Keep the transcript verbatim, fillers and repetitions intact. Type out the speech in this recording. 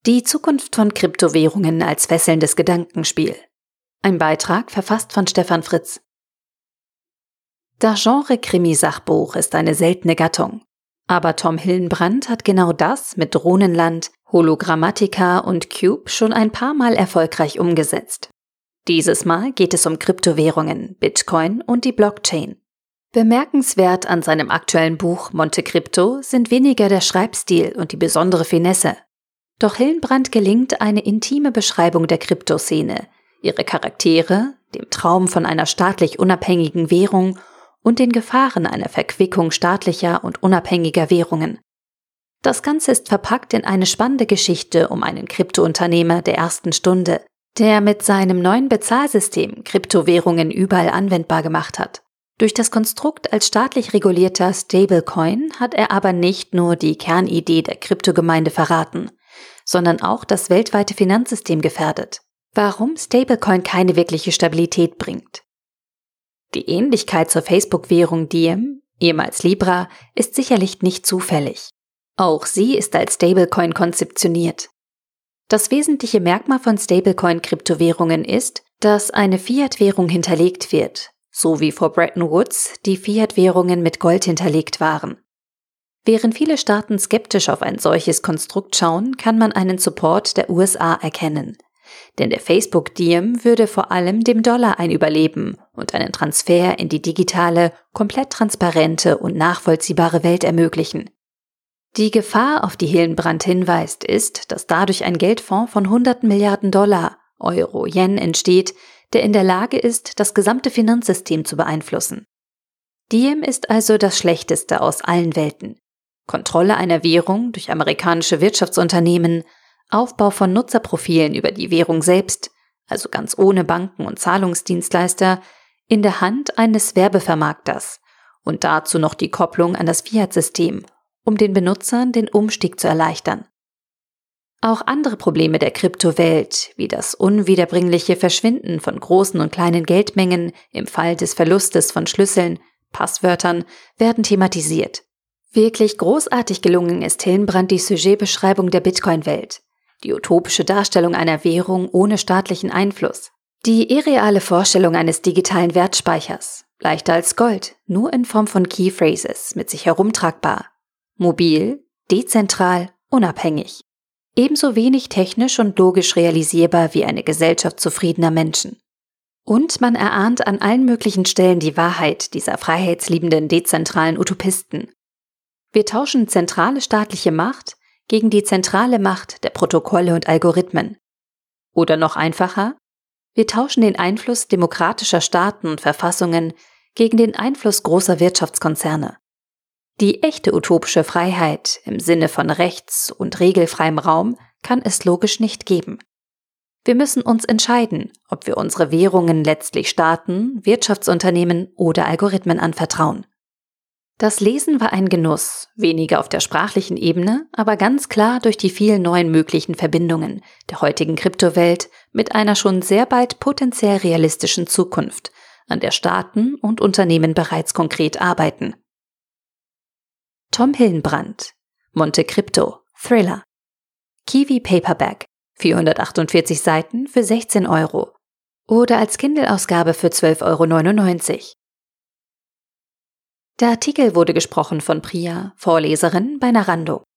Die Zukunft von Kryptowährungen als fesselndes Gedankenspiel. Ein Beitrag verfasst von Stefan Fritz. Das Genre Krimi-Sachbuch ist eine seltene Gattung. Aber Tom Hillenbrand hat genau das mit Drohnenland, Hologrammatica und Cube schon ein paar Mal erfolgreich umgesetzt. Dieses Mal geht es um Kryptowährungen, Bitcoin und die Blockchain. Bemerkenswert an seinem aktuellen Buch Monte Crypto sind weniger der Schreibstil und die besondere Finesse. Doch Hillenbrand gelingt eine intime Beschreibung der Kryptoszene, ihre Charaktere, dem Traum von einer staatlich unabhängigen Währung und den Gefahren einer Verquickung staatlicher und unabhängiger Währungen. Das Ganze ist verpackt in eine spannende Geschichte um einen Kryptounternehmer der ersten Stunde, der mit seinem neuen Bezahlsystem Kryptowährungen überall anwendbar gemacht hat. Durch das Konstrukt als staatlich regulierter Stablecoin hat er aber nicht nur die Kernidee der Kryptogemeinde verraten, sondern auch das weltweite Finanzsystem gefährdet. Warum Stablecoin keine wirkliche Stabilität bringt. Die Ähnlichkeit zur Facebook-Währung Diem, ehemals Libra, ist sicherlich nicht zufällig. Auch sie ist als Stablecoin konzeptioniert. Das wesentliche Merkmal von Stablecoin-Kryptowährungen ist, dass eine Fiat-Währung hinterlegt wird, so wie vor Bretton Woods die Fiat-Währungen mit Gold hinterlegt waren. Während viele Staaten skeptisch auf ein solches Konstrukt schauen, kann man einen Support der U S A erkennen. Denn der Facebook-Diem würde vor allem dem Dollar ein Überleben und einen Transfer in die digitale, komplett transparente und nachvollziehbare Welt ermöglichen. Die Gefahr, auf die Hillenbrand hinweist, ist, dass dadurch ein Geldfonds von hunderten Milliarden Dollar, Euro, Yen entsteht, der in der Lage ist, das gesamte Finanzsystem zu beeinflussen. Diem ist also das Schlechteste aus allen Welten. Kontrolle einer Währung durch amerikanische Wirtschaftsunternehmen, Aufbau von Nutzerprofilen über die Währung selbst, also ganz ohne Banken und Zahlungsdienstleister, in der Hand eines Werbevermarkters und dazu noch die Kopplung an das Fiat-System, um den Benutzern den Umstieg zu erleichtern. Auch andere Probleme der Kryptowelt, wie das unwiederbringliche Verschwinden von großen und kleinen Geldmengen im Fall des Verlustes von Schlüsseln, Passwörtern, werden thematisiert. Wirklich großartig gelungen ist Hillenbrand die Sujetbeschreibung der Bitcoin-Welt, die utopische Darstellung einer Währung ohne staatlichen Einfluss, die irreale Vorstellung eines digitalen Wertspeichers, leichter als Gold, nur in Form von Keyphrases, mit sich herumtragbar, mobil, dezentral, unabhängig, ebenso wenig technisch und logisch realisierbar wie eine Gesellschaft zufriedener Menschen. Und man erahnt an allen möglichen Stellen die Wahrheit dieser freiheitsliebenden dezentralen Utopisten. Wir tauschen zentrale staatliche Macht gegen die zentrale Macht der Protokolle und Algorithmen. Oder noch einfacher, wir tauschen den Einfluss demokratischer Staaten und Verfassungen gegen den Einfluss großer Wirtschaftskonzerne. Die echte utopische Freiheit im Sinne von rechts- und regelfreiem Raum kann es logisch nicht geben. Wir müssen uns entscheiden, ob wir unsere Währungen letztlich Staaten, Wirtschaftsunternehmen oder Algorithmen anvertrauen. Das Lesen war ein Genuss, weniger auf der sprachlichen Ebene, aber ganz klar durch die vielen neuen möglichen Verbindungen der heutigen Kryptowelt mit einer schon sehr bald potenziell realistischen Zukunft, an der Staaten und Unternehmen bereits konkret arbeiten. Tom Hillenbrand, Monte Crypto, Thriller. Kiwi Paperback, vierhundertachtundvierzig Seiten für sechzehn Euro. Oder als Kindle-Ausgabe für zwölf Euro neunundneunzig. Der Artikel wurde gesprochen von Priya, Vorleserin bei Narando.